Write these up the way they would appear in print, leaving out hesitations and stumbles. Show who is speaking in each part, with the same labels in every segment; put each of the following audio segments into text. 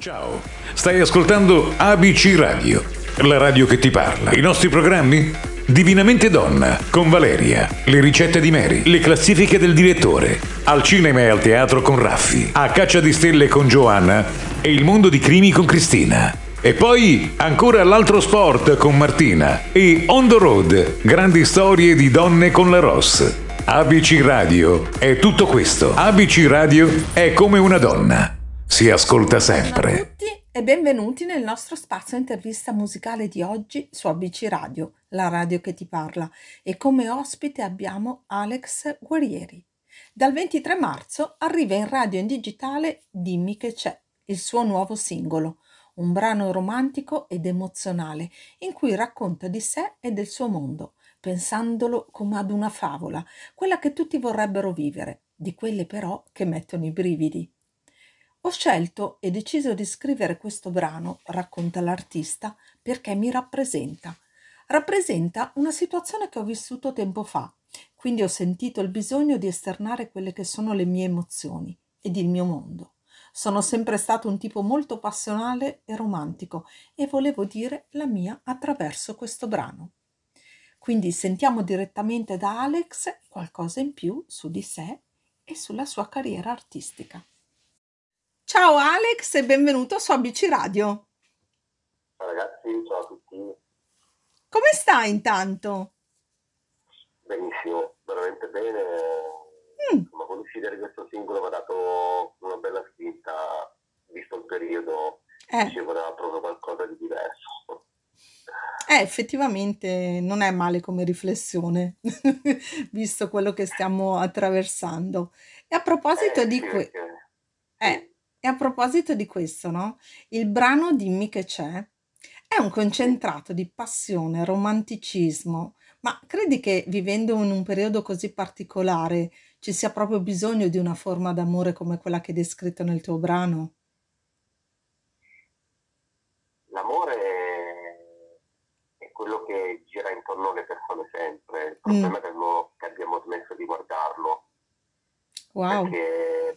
Speaker 1: Ciao, stai ascoltando ABC Radio, la radio che ti parla. I nostri programmi? Divinamente Donna, con Valeria, le ricette di Mary, le classifiche del direttore, al cinema e al teatro con Raffi, a caccia di stelle con Giovanna e il mondo di crimi con Cristina. E poi ancora l'altro sport con Martina e On the Road, grandi storie di donne con la Ross. ABC Radio è tutto questo. ABC Radio è come una donna. Si ascolta sempre.
Speaker 2: Buongiorno a tutti e benvenuti nel nostro spazio intervista musicale di oggi su ABC Radio, la radio che ti parla. E come ospite abbiamo Alex Guerrieri. Dal 23 marzo arriva in radio in digitale Dimmi che c'è, il suo nuovo singolo, un brano romantico ed emozionale in cui racconta di sé e del suo mondo, pensandolo come ad una favola, quella che tutti vorrebbero vivere, di quelle però che mettono i brividi. Ho scelto e deciso di scrivere questo brano, racconta l'artista, perché mi rappresenta. Rappresenta una situazione che ho vissuto tempo fa, quindi ho sentito il bisogno di esternare quelle che sono le mie emozioni ed il mio mondo. Sono sempre stato un tipo molto passionale e romantico e volevo dire la mia attraverso questo brano. Quindi sentiamo direttamente da Alex qualcosa in più su di sé e sulla sua carriera artistica. Ciao Alex e benvenuto su ABC Radio.
Speaker 3: Ciao ragazzi, ciao a tutti.
Speaker 2: Come stai intanto?
Speaker 3: Benissimo, veramente bene. Insomma, con l'uscita di questo singolo mi ha dato una bella spinta, visto il periodo, ci voleva proprio qualcosa di diverso.
Speaker 2: Effettivamente non è male come riflessione, visto quello che stiamo attraversando. E a proposito di e a proposito di questo, no? Il brano Dimmi che c'è è un concentrato di passione, romanticismo, ma credi che vivendo in un periodo così particolare ci sia proprio bisogno di una forma d'amore come quella che hai descritto nel tuo brano?
Speaker 3: L'amore è quello che gira intorno alle persone sempre, il problema è che abbiamo smesso di guardarlo.
Speaker 2: Wow.
Speaker 3: Perché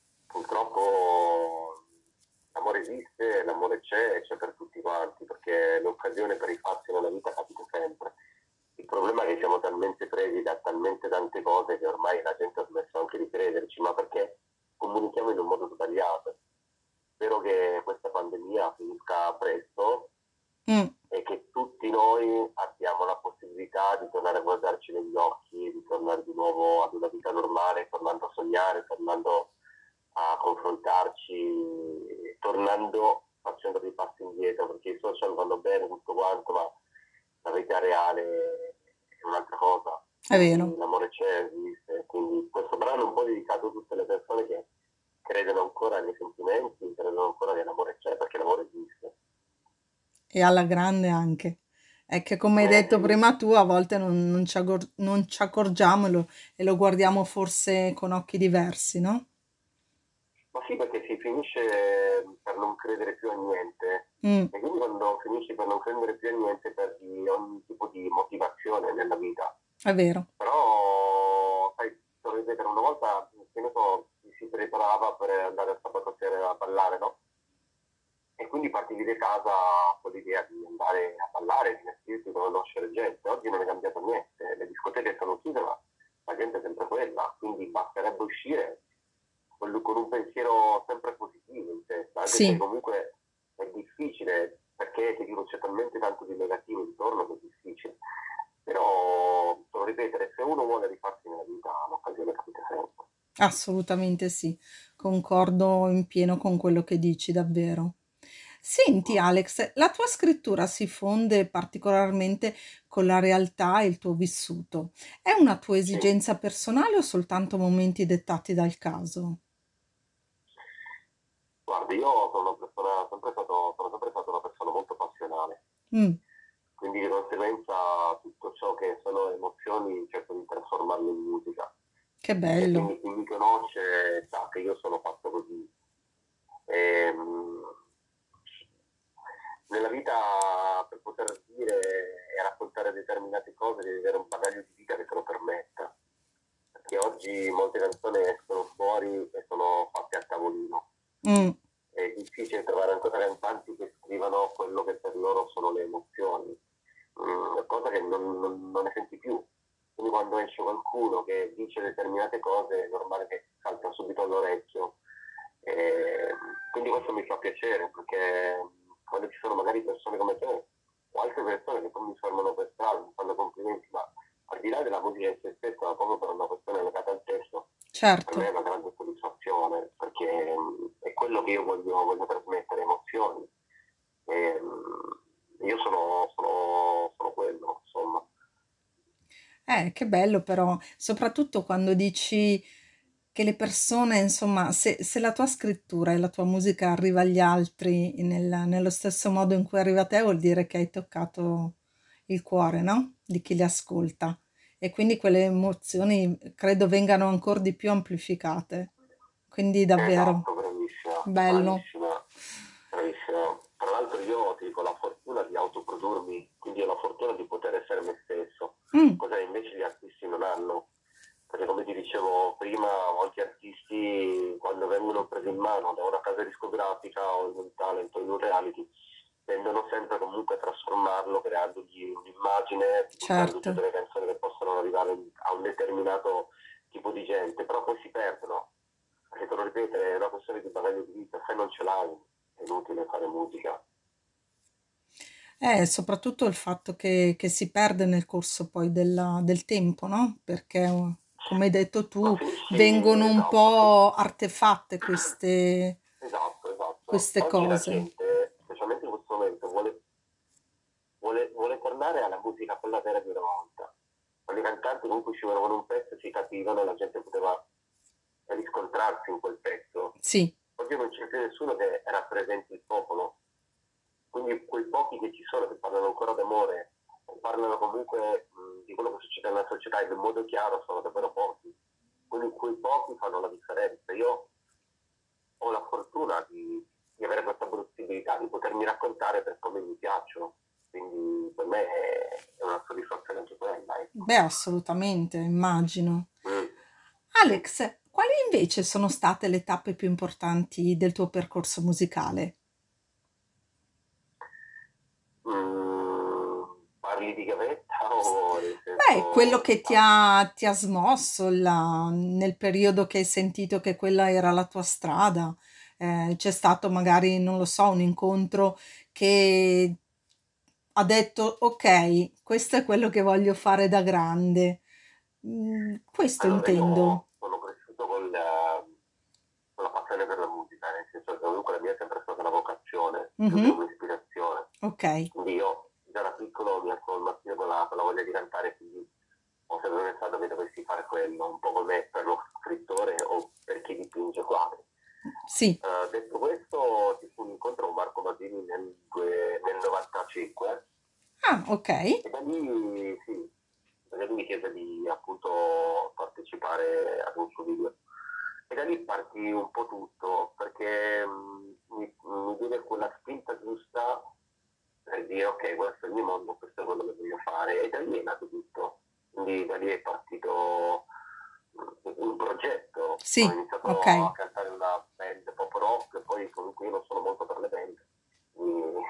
Speaker 3: purtroppo l'amore esiste, l'amore c'è per tutti quanti, perché l'occasione per rifarsi nella vita capita sempre. Il problema è che siamo talmente presi da talmente tante cose che ormai la gente ha smesso anche di crederci, ma perché comunichiamo in un modo sbagliato. Spero che questa pandemia finisca presto e che tutti noi abbiamo la possibilità di tornare a guardarci negli occhi, di tornare di nuovo ad una vita normale, tornando a sognare, tornando a confrontarci, facendo dei passi indietro, perché i social vanno bene tutto quanto, ma la vita reale è un'altra cosa.
Speaker 2: È vero.
Speaker 3: L'amore c'è, esiste, quindi questo brano è un po' dedicato a tutte le persone che credono ancora nei sentimenti, credono ancora che l'amore c'è, perché l'amore esiste.
Speaker 2: E alla grande anche. È che come hai detto prima tu, a volte non ci accorgiamo e lo guardiamo forse con occhi diversi, no?
Speaker 3: Ma sì, perché si finisce per non credere più a niente, e quindi quando finisci per non credere più a niente perdi ogni tipo di motivazione nella vita.
Speaker 2: È vero.
Speaker 3: Però, sai, devo ripetere, una volta, che ne so, si preparava per andare a sabato sera a ballare, no? E quindi partivi di casa con l'idea di andare a ballare, di vestirti, conoscere gente. Oggi non è cambiato niente, le discoteche sono chiuse, ma la gente è sempre quella, quindi basterebbe uscire con un pensiero sempre positivo in testa, anche se comunque è difficile, perché ti dico c'è talmente tanto di negativo intorno che è difficile. Però, devo ripetere, se uno vuole rifarsi nella vita, l'occasione capita sempre.
Speaker 2: Assolutamente sì, concordo in pieno con quello che dici, davvero. Senti Alex, la tua scrittura si fonde particolarmente con la realtà e il tuo vissuto. È una tua esigenza personale o soltanto momenti dettati dal caso?
Speaker 3: Guarda, io sono sempre stato una persona molto passionale, quindi di conseguenza tutto ciò che sono emozioni cerco di trasformarle in musica.
Speaker 2: Che
Speaker 3: E
Speaker 2: bello.
Speaker 3: quindi chi mi conosce sa che io sono fatto così. Nella vita, per poter dire e raccontare determinate cose, devi avere un bagaglio di vita che te lo permetta. Perché oggi molte canzoni escono fuori e sono fatte a tavolino. E difficile trovare ancora cantanti che scrivano quello che per loro sono le emozioni, cosa che non ne senti più. Quindi quando esce qualcuno che dice determinate cose è normale che salta subito all'orecchio. Quindi questo mi fa piacere, perché quando ci sono magari persone come te o altre persone che poi mi fermano per strada, mi fanno complimenti, ma al di là della musica in se stessa, ma proprio per una questione legata al testo, per me è
Speaker 2: Certo.
Speaker 3: una grande soddisfazione, perché è quello che io voglio trasmettere, emozioni. E, io sono quello, insomma.
Speaker 2: Che bello però, soprattutto quando dici che le persone, insomma, se la tua scrittura e la tua musica arriva agli altri nello stesso modo in cui arriva a te, vuol dire che hai toccato il cuore, no? Di chi li ascolta. E quindi quelle emozioni credo vengano ancora di più amplificate. Quindi davvero
Speaker 3: Esatto, bravissima,
Speaker 2: bello.
Speaker 3: bravissima, bravissima. Tra l'altro io ti dico la fortuna di autoprodurmi, quindi ho la fortuna di poter essere me stesso,
Speaker 2: Mm,
Speaker 3: cosa che invece gli artisti non hanno. Perché come ti dicevo prima, molti artisti quando vengono presi in mano da una casa discografica o in un talent o in un reality, tendono sempre comunque a trasformarlo creandogli un'immagine, buttando giù
Speaker 2: certo.
Speaker 3: delle canzoni che possono arrivare a un determinato tipo di gente, però poi si perdono. Perché te lo ripeto, è una questione di bagaglio di vita, se non ce l'hai è inutile fare musica.
Speaker 2: Soprattutto il fatto che si perde nel corso poi del tempo, no? Perché, come hai detto
Speaker 3: Ma
Speaker 2: tu,
Speaker 3: finisci,
Speaker 2: vengono un
Speaker 3: esatto,
Speaker 2: po' artefatte queste,
Speaker 3: esatto, esatto.
Speaker 2: queste
Speaker 3: Oggi la
Speaker 2: cose.
Speaker 3: gente, specialmente in questo momento, vuole tornare alla musica quella vera di una volta. Quando i cantanti comunque uscivano con un pezzo si capivano, la gente poteva riscontrarsi in quel pezzo.
Speaker 2: Sì,
Speaker 3: Oggi non c'è più nessuno che rappresenti il popolo, quindi quei pochi che ci sono che parlano ancora d'amore o parlano comunque di quello che succede nella società in un modo chiaro sono davvero pochi. Quindi quei pochi fanno la differenza. Io ho la fortuna di avere questa possibilità di potermi raccontare per come mi piacciono, quindi per me è una soddisfazione anche quella, ecco.
Speaker 2: beh, assolutamente, immagino.
Speaker 3: Mm.
Speaker 2: Alex, quali invece sono state le tappe più importanti del tuo percorso musicale?
Speaker 3: Mm, parli di gavetta o nel
Speaker 2: Beh, quello
Speaker 3: senso
Speaker 2: che ti ha smosso nel periodo che hai sentito che quella era la tua strada. C'è stato magari, non lo so, un incontro che ha detto, ok, questo è quello che voglio fare da grande. Questo
Speaker 3: allora
Speaker 2: intendo.
Speaker 3: io sono cresciuto con la passione per la musica, nel senso che comunque la mia è sempre stata una vocazione più che
Speaker 2: Mhm,
Speaker 3: un'ispirazione.
Speaker 2: ok,
Speaker 3: Quindi io già da piccolo mi alzavo al mattino con la voglia di cantare, quindi ho sempre pensato che dovessi fare quello, un po' come per lo scrittore o per chi dipinge quadri.
Speaker 2: sì.
Speaker 3: Detto questo, ci fu un incontro con Marco Basini nel 95
Speaker 2: Ah, ok.
Speaker 3: e da lì, sì, da lì mi chiese di appunto partecipare ad un suo video. E da lì partì un po' tutto, perché mi diede quella spinta giusta per dire ok, questo è il mio mondo, questo è quello che voglio fare. E da lì è nato tutto. Quindi da lì è partito un progetto. Ho
Speaker 2: Sì, ok.
Speaker 3: iniziato a cantare una band pop rock, poi comunque io non sono molto per le band. Quindi,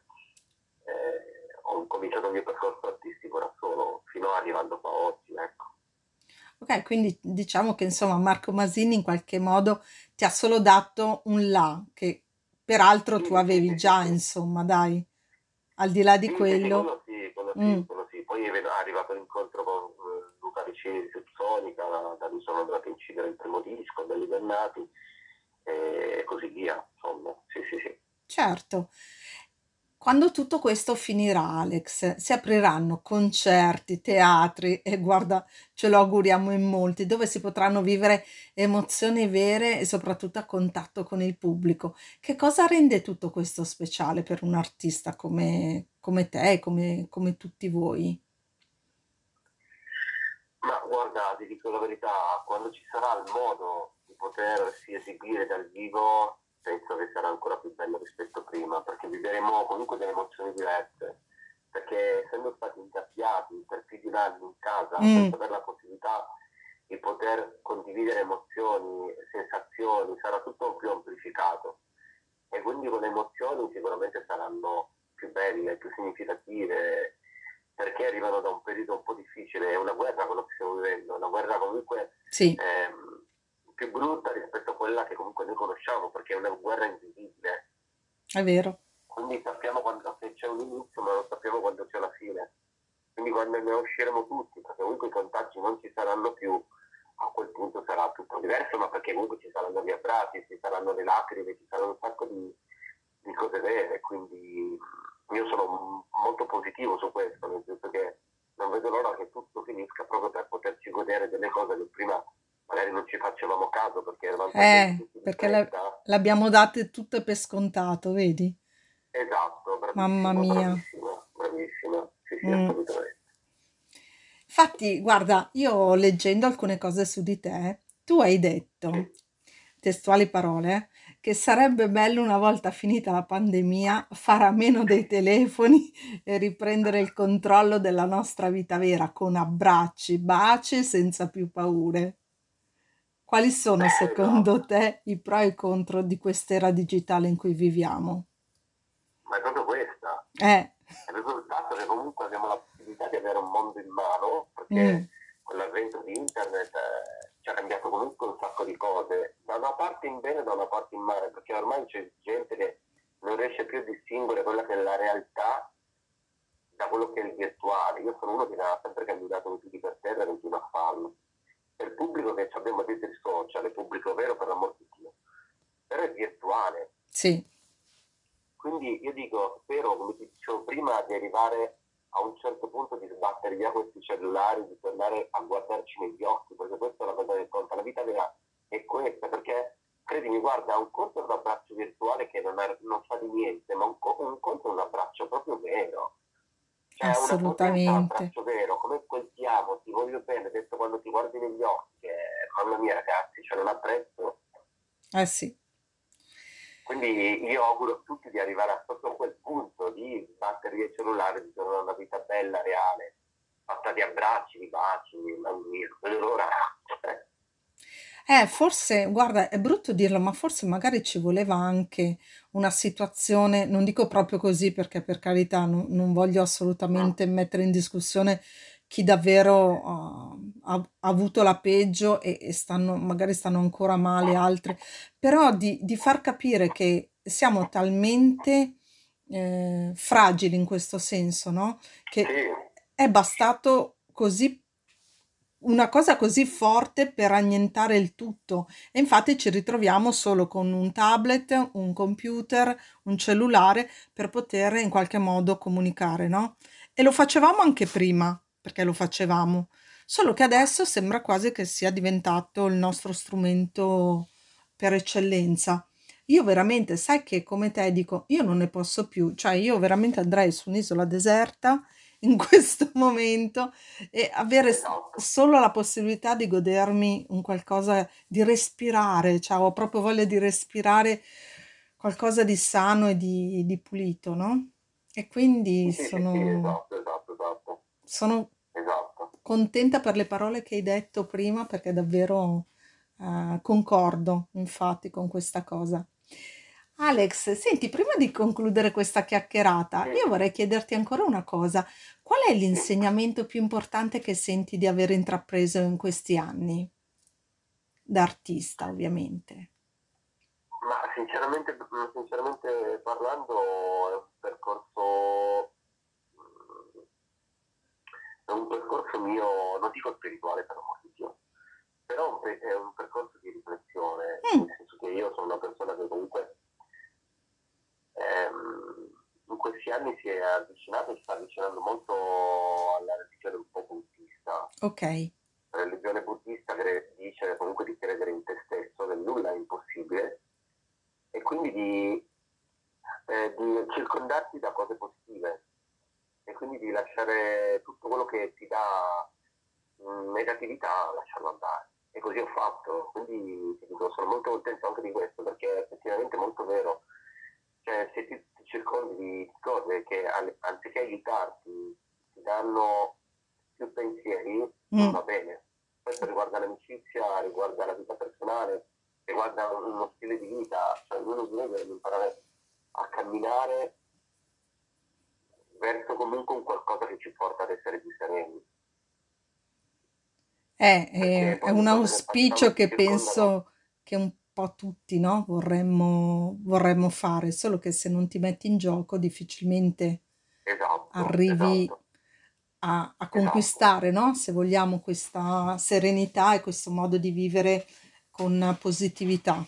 Speaker 3: ho cominciato il mio percorso artistico da solo, fino ad arrivando qua oggi, ecco.
Speaker 2: Ok, quindi diciamo che insomma Marco Masini in qualche modo ti ha solo dato un là, che peraltro tu
Speaker 3: Sì, sì,
Speaker 2: avevi
Speaker 3: sì, sì,
Speaker 2: già,
Speaker 3: sì.
Speaker 2: insomma, dai, al di là di
Speaker 3: Sì, sì, sì,
Speaker 2: quello.
Speaker 3: quello sì, quello
Speaker 2: Mm,
Speaker 3: sì, quello sì. Poi è arrivato l'incontro con Luca Vicini di Subsonica, da lì sono andato a incidere il primo disco, Belli Bennati, e così via, insomma. Sì, sì, sì.
Speaker 2: certo. Quando tutto questo finirà, Alex, si apriranno concerti, teatri e guarda, ce lo auguriamo in molti, dove si potranno vivere emozioni vere e soprattutto a contatto con il pubblico. Che cosa rende tutto questo speciale per un artista come te, come tutti voi?
Speaker 3: Ma guarda, ti dico la verità, quando ci sarà il modo di potersi esibire dal vivo, penso che sarà ancora più bello rispetto a prima, perché vivremo comunque delle emozioni diverse, perché essendo stati ingabbiati per più di un anno in casa,
Speaker 2: Mm,
Speaker 3: senza avere la possibilità di poter condividere emozioni, sensazioni, sarà tutto più amplificato. E sicuramente saranno più belle, più significative, perché arrivano da un periodo un po' difficile. È una guerra quello che stiamo vivendo, una guerra comunque
Speaker 2: Sì,
Speaker 3: più brutta rispetto a quella che comunque noi conosciamo, perché è una guerra invisibile.
Speaker 2: è vero.
Speaker 3: Quindi sappiamo quando se c'è un inizio, ma non sappiamo quando c'è la fine. Quindi quando ne usciremo tutti, perché comunque i contagi non ci saranno più, a quel punto sarà tutto diverso, ma perché comunque ci saranno gli abbracci, ci saranno le lacrime, ci saranno un sacco di cose vere. Quindi io sono molto positivo su questo, nel senso che non vedo l'ora che tutto finisca proprio per poterci godere delle cose che prima magari non ci facevamo caso perché eravamo talmente tutti di
Speaker 2: Perché
Speaker 3: fretta.
Speaker 2: l'abbiamo date tutte per scontato, vedi?
Speaker 3: Esatto,
Speaker 2: Mamma
Speaker 3: bravissimo,
Speaker 2: mia.
Speaker 3: bravissima, bravissima. Sì, sì,
Speaker 2: Mm.
Speaker 3: assolutamente.
Speaker 2: Infatti, guarda, io leggendo alcune cose su di te, tu hai detto,
Speaker 3: Sì.
Speaker 2: testuali parole, che sarebbe bello una volta finita la pandemia fare a meno dei telefoni e riprendere il controllo della nostra vita vera con abbracci, baci senza più paure. Quali sono
Speaker 3: Esatto,
Speaker 2: secondo te i pro e i contro di quest'era digitale in cui viviamo?
Speaker 3: ma è proprio questa.
Speaker 2: Eh,
Speaker 3: È proprio il fatto che comunque abbiamo la possibilità di avere un mondo in mano,
Speaker 2: mm,
Speaker 3: perché con l'avvento di internet ci ha cambiato comunque un sacco di cose, da una parte in bene e da una parte in male, perché ormai c'è gente che non riesce più a distinguere quella che è la realtà da quello che è il virtuale. Io sono uno che ha sempre candidato in piedi per terra e continua a farlo. È il pubblico che abbiamo dentro il social, è il pubblico vero per l'amor di Dio, però è virtuale.
Speaker 2: sì,
Speaker 3: Quindi io dico, spero, come ti dicevo prima, di arrivare a un certo punto di sbattere via questi cellulari, di tornare a guardarci negli occhi, perché questa è la cosa che conta. La vita vera è questa, perché credimi, guarda, un conto è un abbraccio virtuale che non fa di niente, ma un conto è un abbraccio proprio vero. Cioè ha una potenza
Speaker 2: assolutamente.
Speaker 3: l'abbraccio vero, come quel ti amo, ti voglio bene, detto quando ti guardi negli occhi, che mamma mia ragazzi, cioè non ha prezzo.
Speaker 2: Eh sì.
Speaker 3: Quindi io auguro a tutti di arrivare a proprio quel punto di sbattere via il cellulare, di tornare a una vita bella, reale, fatta di abbracci, di baci, mamma mia, non vedo l'ora.
Speaker 2: Forse, guarda, è brutto dirlo, ma forse magari ci voleva anche una situazione, non dico proprio così perché per carità non voglio assolutamente mettere in discussione chi davvero ha avuto la peggio e magari stanno ancora male altri, però di far capire che siamo talmente fragili in questo senso, no? Che
Speaker 3: Sì,
Speaker 2: è bastato così una cosa così forte per annientare il tutto e infatti ci ritroviamo solo con un tablet, un computer, un cellulare per poter in qualche modo comunicare, no? E lo facevamo anche prima, perché lo facevamo, solo che adesso sembra quasi che sia diventato il nostro strumento per eccellenza. Io veramente, sai che come te dico, io non ne posso più, cioè io veramente andrei su un'isola deserta in questo momento e avere
Speaker 3: esatto.
Speaker 2: solo la possibilità di godermi un qualcosa, di respirare, cioè ho proprio voglia di respirare qualcosa di sano e di pulito, no? E quindi
Speaker 3: Sì, sì, sì, esatto, esatto, esatto,
Speaker 2: sono
Speaker 3: esatto.
Speaker 2: contenta per le parole che hai detto prima perché davvero concordo infatti con questa cosa. Alex, senti, prima di concludere questa chiacchierata,
Speaker 3: Sì,
Speaker 2: io vorrei chiederti ancora una cosa. Qual è
Speaker 3: sì.
Speaker 2: l'insegnamento più importante che senti di aver intrapreso in questi anni? Da artista, ovviamente.
Speaker 3: Ma sinceramente parlando mm, è un percorso mio, non dico spirituale per amor di Dio, però è un percorso di riflessione,
Speaker 2: Mm,
Speaker 3: nel senso che io sono una persona che comunque in questi anni si è avvicinato e sta avvicinando molto alla religione un po' buddista.
Speaker 2: ok,
Speaker 3: La religione buddista dice comunque di credere in te stesso, che nulla è impossibile, e quindi di circondarti da cose positive e quindi di lasciare tutto quello che ti dà negatività, lasciarlo andare. E così ho fatto, quindi ti dico, sono molto contento anche di questo perché è effettivamente molto vero. Cioè, se ti circondi di cose che anziché aiutarti ti danno più pensieri, non
Speaker 2: mm,
Speaker 3: va bene. Questo riguarda l'amicizia, riguarda la vita personale, riguarda uno stile di vita, cioè ognuno di noi deve imparare a camminare verso comunque un qualcosa che ci porta ad essere più sereni.
Speaker 2: È
Speaker 3: Perché poi
Speaker 2: un
Speaker 3: le cose del
Speaker 2: auspicio
Speaker 3: passato ci
Speaker 2: che
Speaker 3: circondano.
Speaker 2: penso che un po' tutti, no, vorremmo fare, solo che se non ti metti in gioco difficilmente
Speaker 3: Esatto,
Speaker 2: arrivi
Speaker 3: esatto,
Speaker 2: a
Speaker 3: esatto.
Speaker 2: conquistare, no? Se vogliamo questa serenità e questo modo di vivere con positività.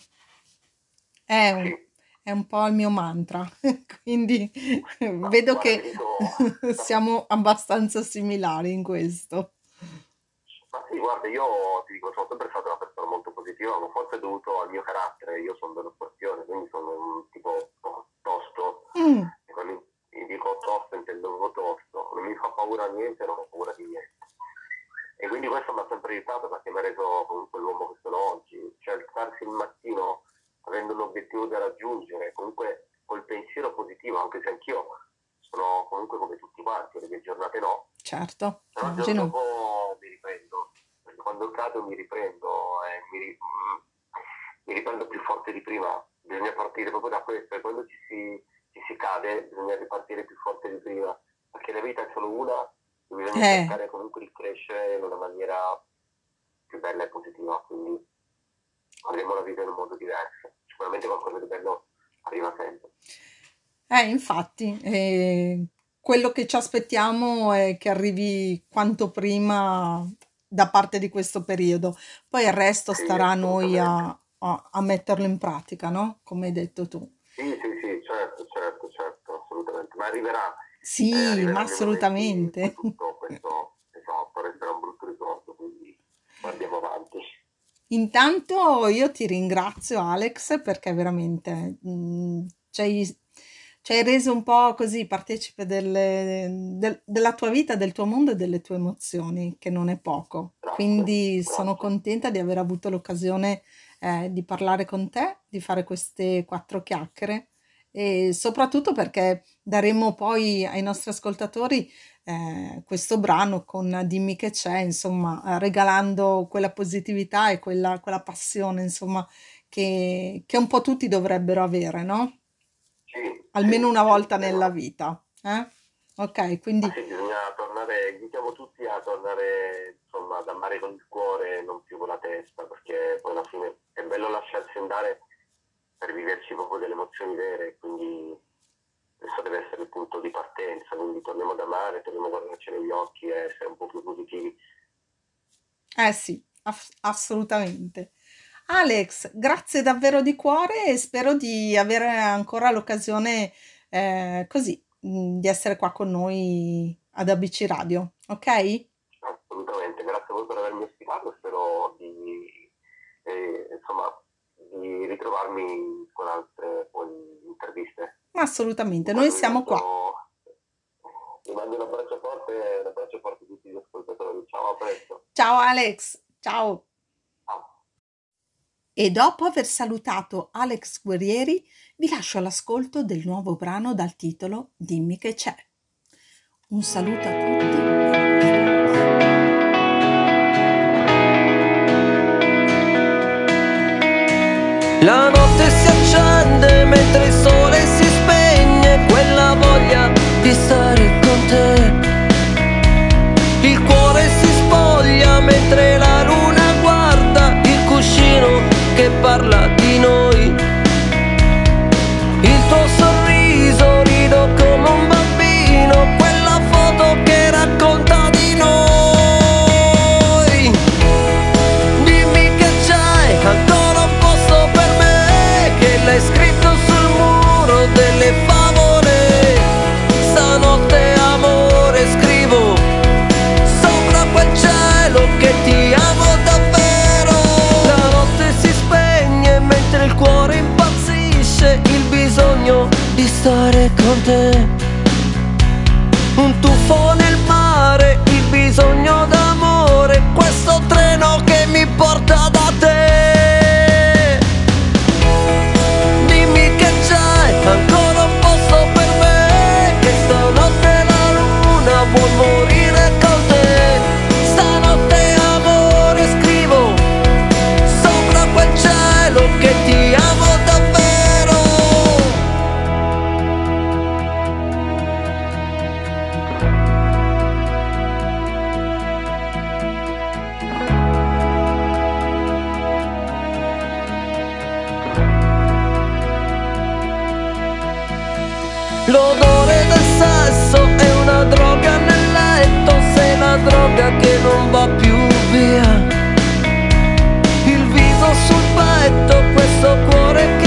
Speaker 2: È un,
Speaker 3: Sì,
Speaker 2: è un po' il mio mantra, quindi
Speaker 3: ma
Speaker 2: vedo
Speaker 3: guarda,
Speaker 2: che
Speaker 3: ti dico,
Speaker 2: siamo abbastanza similari in questo.
Speaker 3: ma sì, guarda, io ti dico, sono sempre stata una persona molto positiva, ma forse è dovuto al mio carattere, io sono dello scorpione, quindi sono un tipo tosto,
Speaker 2: Mm,
Speaker 3: e quando mi dico tosto intendo proprio tosto, non mi fa paura niente, non ho paura di niente. E quindi questo mi ha sempre aiutato perché mi ha reso comunque l'uomo che sono oggi, cioè alzarsi il mattino avendo un obiettivo da raggiungere, comunque col pensiero positivo, anche se anch'io sono comunque come tutti quanti, le mie giornate no,
Speaker 2: certo,
Speaker 3: però il giorno
Speaker 2: immagino.
Speaker 3: dopo mi riprendo, perché quando cado mi riprendo e mi riprendo più forte di prima. Bisogna partire proprio da questo e quando ci si cade bisogna ripartire più forte di prima, perché la vita è solo una e bisogna
Speaker 2: Eh,
Speaker 3: cercare comunque di crescere in una maniera più bella e positiva, quindi andremo a vivere in un modo diverso. Sicuramente qualcosa di bello arriva sempre.
Speaker 2: infatti, quello che ci aspettiamo è che arrivi quanto prima da parte di questo periodo. Poi il resto
Speaker 3: Sì,
Speaker 2: starà a noi
Speaker 3: assolutamente.
Speaker 2: a metterlo in pratica, no? Come hai detto tu.
Speaker 3: Sì, sì, sì, certo, certo, certo, assolutamente. Ma
Speaker 2: Sì, ma
Speaker 3: arriveranno i momenti in cui
Speaker 2: assolutamente.
Speaker 3: tutto questo, esatto, resterà un brutto ricordo, quindi guardiamo avanti.
Speaker 2: Intanto io ti ringrazio Alex perché veramente ci hai reso un po' così partecipe della tua vita, del tuo mondo e delle tue emozioni, che non è poco.
Speaker 3: Grazie,
Speaker 2: Quindi sono
Speaker 3: grazie.
Speaker 2: contenta di aver avuto l'occasione di parlare con te, di fare queste quattro chiacchiere e soprattutto perché daremo poi ai nostri ascoltatori questo brano con Dimmi che c'è, insomma, regalando quella positività e quella passione, insomma, che un po' tutti dovrebbero avere, no?
Speaker 3: Sì,
Speaker 2: Almeno
Speaker 3: sì,
Speaker 2: una
Speaker 3: sì,
Speaker 2: volta nella
Speaker 3: esatto.
Speaker 2: vita. Ok,
Speaker 3: Ma
Speaker 2: quindi
Speaker 3: sì, bisogna tornare, invitiamo tutti a tornare, insomma, ad amare con il cuore e non più con la testa, perché poi alla fine è bello lasciarsi andare per viverci proprio delle emozioni vere, quindi questo deve essere il punto di partenza, quindi torniamo ad amare, torniamo a guardarci negli occhi e essere un po' più positivi.
Speaker 2: eh sì, assolutamente. Alex, grazie davvero di cuore e spero di avere ancora l'occasione così di essere qua con noi ad ABC Radio, ok?
Speaker 3: Assolutamente, grazie a voi per avermi ospitato, spero insomma, di ritrovarmi con altre poi interviste.
Speaker 2: Ma assolutamente, noi
Speaker 3: Intanto
Speaker 2: siamo qua.
Speaker 3: vi mando un abbraccio forte a tutti gli ascoltatori. Ciao, a presto.
Speaker 2: Ciao Alex, ciao.
Speaker 3: Ciao.
Speaker 2: E dopo aver salutato Alex Guerrieri, vi lascio all'ascolto del nuovo brano dal titolo Dimmi che c'è. Un saluto a tutti
Speaker 4: La notte si accende mentre il sole si spegne, quella voglia di stare con te. Il cuore si spoglia mentre la luna guarda il cuscino che parla di noi. Il tuo sorriso rido come un bambino, quella foto che racconta di noi. Dimmi che c'hai ancora un posto per me, che l'hai scritto sul muro delle favole. Stanotte amore scrivo sopra quel cielo che ti amo davvero. La notte si spegne mentre il cuore impazzisce, il bisogno di stare con te. Un tuffo nel mare, il bisogno d'amore, questo treno che mi porta da te. Dimmi che c'hai ancora un posto per me, che stanotte la luna vuol morire con te. Stanotte amore scrivo sopra quel cielo che ti amo davvero. L'odore del sesso è una droga nel letto, sei la droga che non va più via. Il viso sul petto, questo cuore che